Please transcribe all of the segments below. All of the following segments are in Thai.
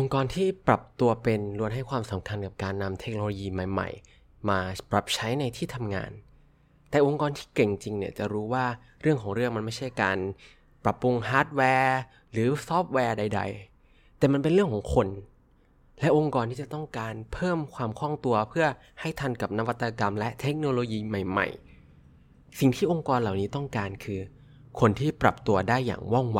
องค์กรที่ปรับตัวเป็นล้วนให้ความสำคัญกับการนำเทคโนโลยีใหม่ๆมาปรับใช้ในที่ทำงานแต่องค์กรที่เก่งจริงเนี่ยจะรู้ว่าเรื่องของเรื่องมันไม่ใช่การปรับปรุงฮาร์ดแวร์หรือซอฟต์แวร์ใดๆแต่มันเป็นเรื่องของคนและองค์กรที่จะต้องการเพิ่มความคล่องตัวเพื่อให้ทันกับนวัตกรรมและเทคโนโลยีใหม่ๆสิ่งที่องค์กรเหล่านี้ต้องการคือคนที่ปรับตัวได้อย่างว่องไว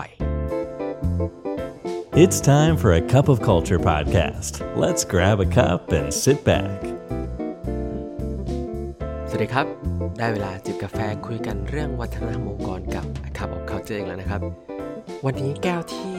It's time for a cup of culture podcast. Let's grab a cup and sit back. สวัสดีครับได้เวลาจิบกาแฟคุยกันเรื่องวัฒนธรรมองค์กรกับ A Cup of Culture อีกแล้วนะครับวันนี้แก้วที่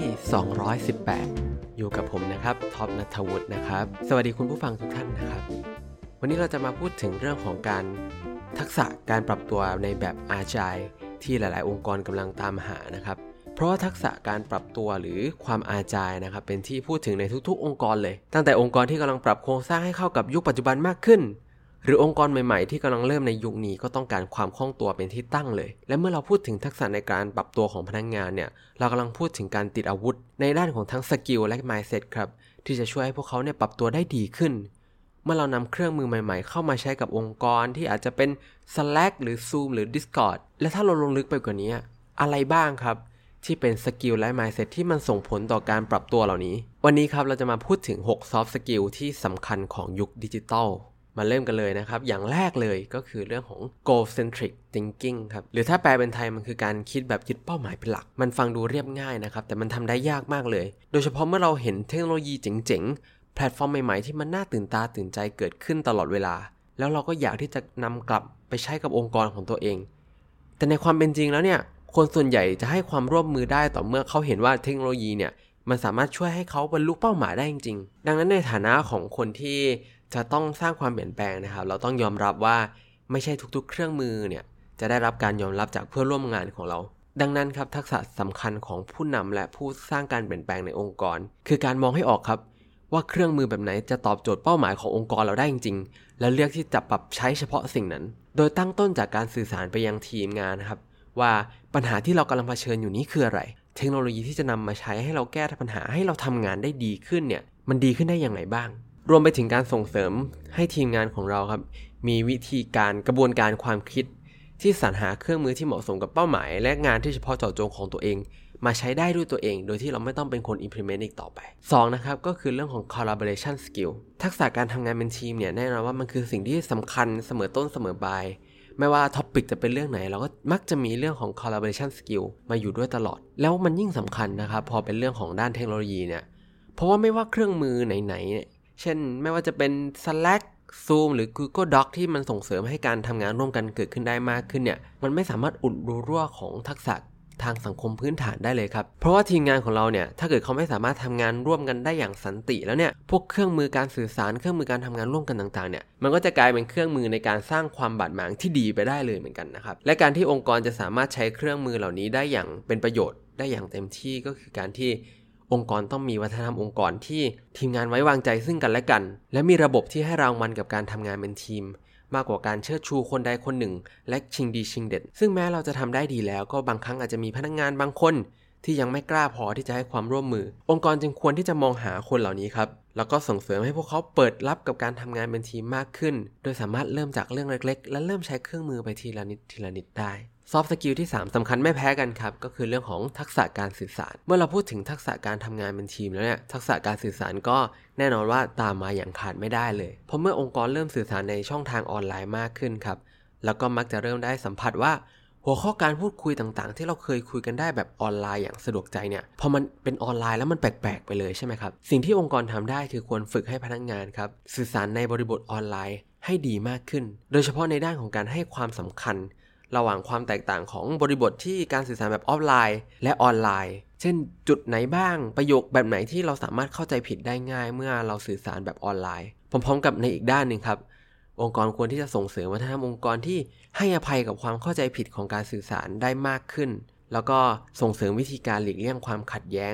218อยู่กับผมนะครับท็อปณัฐวุฒินะครับสวัสดีคุณผู้ฟังทุกท่านนะครับวันนี้เราจะมาพูดถึงเรื่องของการทักษะการปรับตัวในแบบ Agile ที่หลายๆองค์กรกำลังตามหานะครับเพราะว่าทักษะการปรับตัวหรือความ Agile นะครับเป็นที่พูดถึงในทุกๆองค์กรเลยตั้งแต่องค์กรที่กำลังปรับโครงสร้างให้เข้ากับยุคปัจจุบันมากขึ้นหรือองค์กรใหม่ๆที่กำลังเริ่มในยุคนี้ก็ต้องการความคล่องตัวเป็นที่ตั้งเลยและเมื่อเราพูดถึงทักษะในการปรับตัวของพนักงานเนี่ยเรากำลังพูดถึงการติดอาวุธในด้านของทั้งสกิลและ mindset ครับที่จะช่วยให้พวกเขาเนี่ยปรับตัวได้ดีขึ้นเมื่อเรานำเครื่องมือใหม่ๆเข้ามาใช้กับองค์กรที่อาจจะเป็น Slack หรือ Zoom หรือ Discord และถ้าเราลงลึกไปกว่านี้อะไรบ้างครับที่เป็นสกิลและ mindset ที่มันส่งผลต่อการปรับตัวเหล่านี้วันนี้ครับเราจะมาพูดถึง6 soft skill ที่สำคัญของยุคดิจิทัลมาเริ่มกันเลยนะครับอย่างแรกเลยก็คือเรื่องของ goal centric thinking ครับหรือถ้าแปลเป็นไทยมันคือการคิดแบบยึดเป้าหมายเป็นหลักมันฟังดูเรียบง่ายนะครับแต่มันทำได้ยากมากเลยโดยเฉพาะเมื่อเราเห็นเทคโนโลยีเจ๋งๆแพลตฟอร์มใหม่ๆที่มันน่าตื่นตาตื่นใจเกิดขึ้นตลอดเวลาแล้วเราก็อยากที่จะนำกลับไปใช้กับองค์กรของตัวเองแต่ในความเป็นจริงแล้วเนี่ยคนส่วนใหญ่จะให้ความร่วมมือได้ต่อเมื่อเขาเห็นว่าเทคโนโลยีเนี่ยมันสามารถช่วยให้เขาบรรลุเป้าหมายได้จริงๆดังนั้นในฐานะของคนที่จะต้องสร้างความเปลี่ยนแปลงนะครับเราต้องยอมรับว่าไม่ใช่ทุกๆเครื่องมือเนี่ยจะได้รับการยอมรับจากเพื่อนร่วมงานของเราดังนั้นครับทักษะสำคัญของผู้นำและผู้สร้างการเปลี่ยนแปลงในองค์กรคือการมองให้ออกครับว่าเครื่องมือแบบไหนจะตอบโจทย์เป้าหมายขององค์กรเราได้จริงๆและเลือกที่จะปรับใช้เฉพาะสิ่งนั้นโดยตั้งต้นจากการสื่อสารไปยังทีมงานนะครับว่าปัญหาที่เรากำลังเผชิญอยู่นี้คืออะไรเทคโนโลยีที่จะนำมาใช้ให้เราแก้ปัญหาให้เราทำงานได้ดีขึ้นเนี่ยมันดีขึ้นได้อย่างไรบ้างรวมไปถึงการส่งเสริมให้ทีมงานของเราครับมีวิธีการกระบวนการความคิดที่สรรหาเครื่องมือที่เหมาะสมกับเป้าหมายและงานที่เฉพาะเจาะจงของตัวเองมาใช้ได้ด้วยตัวเองโดยที่เราไม่ต้องเป็นคน implement อีกต่อไป2นะครับก็คือเรื่องของ collaboration skill ทักษะการทำงานเป็นทีมเนี่ยแน่นอนว่ามันคือสิ่งที่สำคัญเสมอต้นเสมอปลายไม่ว่าท็อปิกจะเป็นเรื่องไหนเราก็มักจะมีเรื่องของ collaboration skill มาอยู่ด้วยตลอดแล้วมันยิ่งสำคัญนะครับพอเป็นเรื่องของด้านเทคโนโลยีเนี่ยเพราะว่าไม่ว่าเครื่องมือไหนๆเช่นไม่ว่าจะเป็น Slack Zoom หรือ Google Doc ที่มันส่งเสริมให้การทำงานร่วมกันเกิดขึ้นได้มากขึ้นเนี่ยมันไม่สามารถอุดรูรั่วของทักษะทางสังคมพื้นฐานได้เลยครับเพราะว่าทีมงานของเราเนี่ยถ้าเกิดเขาไม่สามารถทำงานร่วมกันได้อย่างสันติแล้วเนี่ยพวกเครื่องมือการสื่อสารเครื่องมือการทำงานร่วมกันต่างๆเนี่ยมันก็จะกลายเป็นเครื่องมือในการสร้างความบาดหมางที่ดีไปได้เลยเหมือนกันนะครับและการที่องค์กรจะสามารถใช้เครื่องมือเหล่านี้ได้อย่างเป็นประโยชน์ได้อย่างเต็มที่ก็คือการที่องค์กรต้องมีวัฒนธรรมองค์กรที่ทีมงานไว้วางใจซึ่งกันและกันและมีระบบที่ให้รางวัลกับการทำงานเป็นทีมมากกว่าการเชิดชูคนใดคนหนึ่งและชิงดีชิงเด็ดซึ่งแม้เราจะทำได้ดีแล้วก็บางครั้งอาจจะมีพนักงานบางคนที่ยังไม่กล้าพอที่จะให้ความร่วมมือองค์กรจึงควรที่จะมองหาคนเหล่านี้ครับแล้วก็ส่งเสริมให้พวกเขาเปิดรับกับการทำงานเป็นทีมมากขึ้นโดยสามารถเริ่มจากเรื่องเล็กๆและเริ่มใช้เครื่องมือไปทีละนิดได้ซอฟต์สกิลที่3สำคัญไม่แพ้กันครับก็คือเรื่องของทักษะการสื่อสารเมื่อเราพูดถึงทักษะการทำงานเป็นทีมแล้วเนี่ยทักษะการสื่อสารก็แน่นอนว่าตามมาอย่างขาดไม่ได้เลยเพราะเมื่อองค์กรเริ่มสื่อสารในช่องทางออนไลน์มากขึ้นครับแล้วก็มักจะเริ่มได้สัมผัสว่าหัวข้อการพูดคุยต่างๆที่เราเคยคุยกันได้แบบออนไลน์อย่างสะดวกใจเนี่ยพอมันเป็นออนไลน์แล้วมันแปลกๆไปเลยใช่ไหมครับสิ่งที่องค์กรทำได้คือควรฝึกให้พนักงานครับสื่อสารในบริบทออนไลน์ให้ดีมากขึ้นโดยเฉพาะในด้านของการให้ความสำคัญระหว่างความแตกต่างของบริบทที่การสื่อสารแบบออฟไลน์และออนไลน์เช่นจุดไหนบ้างประโยคแบบไหนที่เราสามารถเข้าใจผิดได้ง่ายเมื่อเราสื่อสารแบบออนไลน์พร้อมๆกับในอีกด้านนึงครับองค์กรควรที่จะส่งเสริมวัฒนธรรมองค์กรที่ให้อภัยกับความเข้าใจผิดของการสื่อสารได้มากขึ้นแล้วก็ส่งเสริมวิธีการหลีกเลี่ยงความขัดแย้ง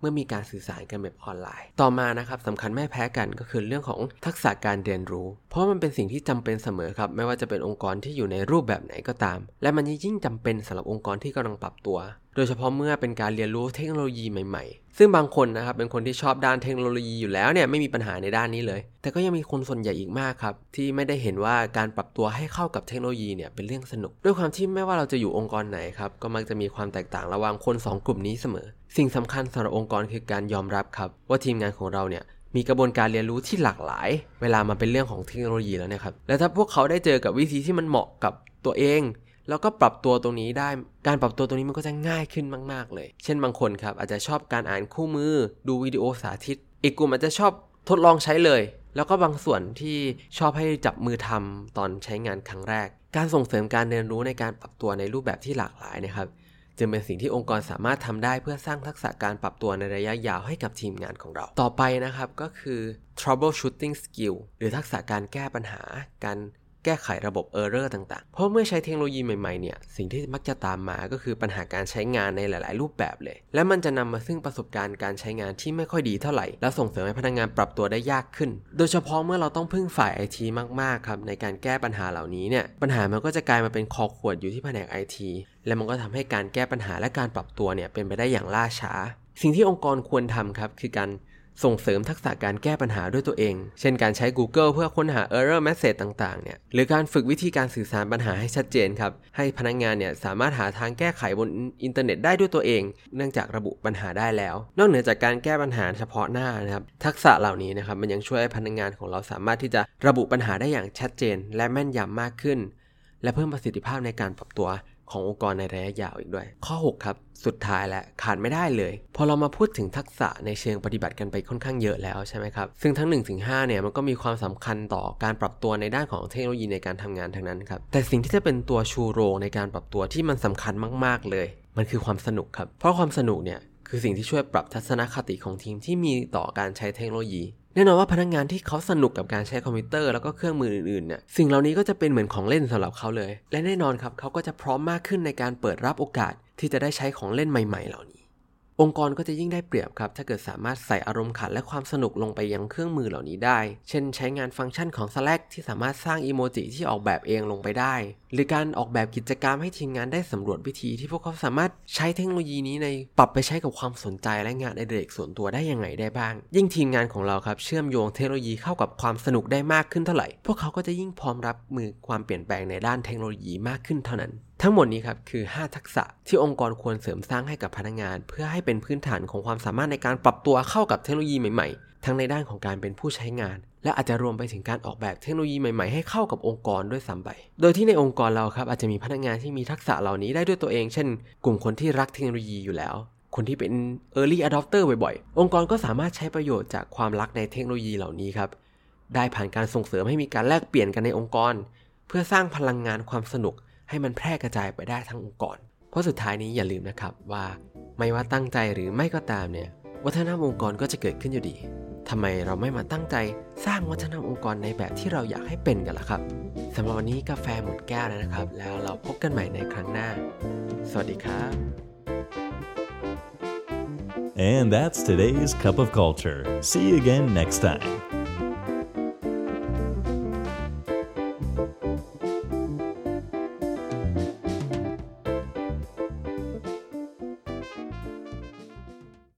มื่อมีการสื่อสารกันแบบออนไลน์ต่อมานะครับสำคัญไม่แพ้กันก็คือเรื่องของทักษะการเรียนรู้เพราะมันเป็นสิ่งที่จำเป็นเสมอครับไม่ว่าจะเป็นองค์กรที่อยู่ในรูปแบบไหนก็ตามและมันยิ่งจำเป็นสำหรับองค์กรที่กำลังปรับตัวโดยเฉพาะเมื่อเป็นการเรียนรู้เทคโนโลยีใหม่ๆซึ่งบางคนนะครับเป็นคนที่ชอบด้านเทคโนโลยีอยู่แล้วเนี่ยไม่มีปัญหาในด้านนี้เลยแต่ก็ยังมีคนส่วนใหญ่อีกมากครับที่ไม่ได้เห็นว่าการปรับตัวให้เข้ากับเทคโนโลยีเนี่ยเป็นเรื่องสนุกด้วยความที่ไม่ว่าเราจะอยู่องค์กรไหนครับก็มักจะมีความแตกต่างระหว่างคน2กลุ่มนี้เสมอสิ่งสำคัญสำหรับองค์กรคือการยอมรับครับว่าทีมงานของเราเนี่ยมีกระบวนการเรียนรู้ที่หลากหลายเวลามันเป็นเรื่องของเทคโนโลยีแล้วเนี่ยครับและถ้าพวกเขาได้เจอกับวิธีที่มันเหมาะกับตัวเองแล้วก็ปรับตัวตรงนี้ได้การปรับตัวตรงนี้มันก็จะง่ายขึ้นมากๆเลยเช่นบางคนครับอาจจะชอบการอ่านคู่มือดูวิดีโอสาธิตอีกกลุ่มอาจจะชอบทดลองใช้เลยแล้วก็บางส่วนที่ชอบให้จับมือทำตอนใช้งานครั้งแรกการส่งเสริมการเรียนรู้ในการปรับตัวในรูปแบบที่หลากหลายนะครับจึงเป็นสิ่งที่องค์กรสามารถทำได้เพื่อสร้างทักษะการปรับตัวในระยะยาวให้กับทีมงานของเราต่อไปนะครับก็คือ troubleshooting skill หรือทักษะการแก้ปัญหาการแก้ไขระบบ error ต่างๆเพราะเมื่อใช้เทคโนโลยีใหม่ๆเนี่ยสิ่งที่มักจะตามมาก็คือปัญหาการใช้งานในหลายๆรูปแบบเลยและมันจะนำมาซึ่งประสบการณ์การใช้งานที่ไม่ค่อยดีเท่าไหร่และส่งเสริมให้พนักงานปรับตัวได้ยากขึ้นโดยเฉพาะเมื่อเราต้องพึ่งฝ่าย IT มากๆครับในการแก้ปัญหาเหล่านี้เนี่ยปัญหามันก็จะกลายมาเป็นคอขวดอยู่ที่แผนก IT และมันก็ทำให้การแก้ปัญหาและการปรับตัวเนี่ยเป็นไปได้อย่างล่าช้าสิ่งที่องค์กรควรทำครับคือการส่งเสริมทักษะการแก้ปัญหาด้วยตัวเองเช่นการใช้ Google เพื่อค้นหา error message ต่างๆเนี่ยหรือการฝึกวิธีการสื่อสารปัญหาให้ชัดเจนครับให้พนักงานเนี่ยสามารถหาทางแก้ไขบนอินเทอร์เน็ตได้ด้วยตัวเองเนื่องจากระบุปัญหาได้แล้วนอกเหนือจากการแก้ปัญหาเฉพาะหน้านะครับทักษะเหล่านี้นะครับมันยังช่วยให้พนักงานของเราสามารถที่จะระบุปัญหาได้อย่างชัดเจนและแม่นยำมากขึ้นและเพิ่มประสิทธิภาพในการปรับตัวขององค์กรในระยะยาวอีกด้วยข้อ6ครับสุดท้ายและขาดไม่ได้เลยพอเรามาพูดถึงทักษะในเชิงปฏิบัติกันไปค่อนข้างเยอะแล้วใช่ไหมครับซึ่งทั้ง 1-5 เนี่ยมันก็มีความสำคัญต่อการปรับตัวในด้านของเทคโนโลยีในการทำงานทั้งนั้นครับแต่สิ่งที่จะเป็นตัวชูโรงในการปรับตัวที่มันสำคัญมากๆเลยมันคือความสนุกครับเพราะความสนุกเนี่ยคือสิ่งที่ช่วยปรับทัศนคติของทีมที่มีต่อการใช้เทคโนโลยีแน่นอนว่าพนักงานที่เขาสนุกกับการใช้คอมพิวเตอร์แล้วก็เครื่องมืออื่นๆเนี่ยสิ่งเหล่านี้ก็จะเป็นเหมือนของเล่นสำหรับเขาเลยและแน่นอนครับเขาก็จะพร้อมมากขึ้นในการเปิดรับโอกาสที่จะได้ใช้ของเล่นใหม่ๆเหล่านี้องค์กรก็จะยิ่งได้เปรียบครับถ้าเกิดสามารถใส่อารมณ์ขันและความสนุกลงไปยังเครื่องมือเหล่านี้ได้เช่นใช้งานฟังก์ชันของ Slack ที่สามารถสร้างอีโมจิที่ออกแบบเองลงไปได้หรือการออกแบบกิจกรรมให้ทีมงานได้สำรวจวิธีที่พวกเขาสามารถใช้เทคโนโลยีนี้ในปรับไปใช้กับความสนใจและงานอดิเรกส่วนตัวได้ยังไงได้บ้างยิ่งทีมงานของเราครับเชื่อมโยงเทคโนโลยีเข้ากับความสนุกได้มากขึ้นเท่าไหร่พวกเขาก็จะยิ่งพร้อมรับมือความเปลี่ยนแปลงในด้านเทคโนโลยีมากขึ้นเท่านั้นทั้งหมดนี้ครับคือ5ทักษะที่องค์กรควรเสริมสร้างให้กับพนักงานเพื่อให้เป็นพื้นฐานของความสามารถในการปรับตัวเข้ากับเทคโนโลยีใหม่ๆทั้งในด้านของการเป็นผู้ใช้งานและอาจจะรวมไปถึงการออกแบบเทคโนโลยีใหม่ๆให้เข้ากับองค์กรด้วยซ้ำไปโดยที่ในองค์กรเราครับอาจจะมีพนักงานที่มีทักษะเหล่านี้ได้ด้วยตัวเองเช่นกลุ่มคนที่รักเทคโนโลยีอยู่แล้วคนที่เป็น early adopter บ่อยๆองค์กรก็สามารถใช้ประโยชน์จากความรักในเทคโนโลยีเหล่านี้ครับได้ผ่านการส่งเสริมให้มีการแลกเปลี่ยนกันในองค์กรเพื่อสร้างพลังงานความสนุกให้มันแพร่กระจายไปได้ทั้งองค์กรเพราะสุดท้ายนี้อย่าลืมนะครับว่าไม่ว่าตั้งใจหรือไม่ก็ตามเนี่ยวัฒนธรรมองค์กรก็จะเกิดขึ้นอยู่ดีทำไมเราไม่มาตั้งใจสร้างวัฒนธรรมองค์กรในแบบที่เราอยากให้เป็นกันล่ะครับสำหรับวันนี้กาแฟหมดแก้วแล้วนะครับแล้วเราพบกันใหม่ในครั้งหน้าสวัสดีครับ And that's today's Cup of Culture. See you again next time.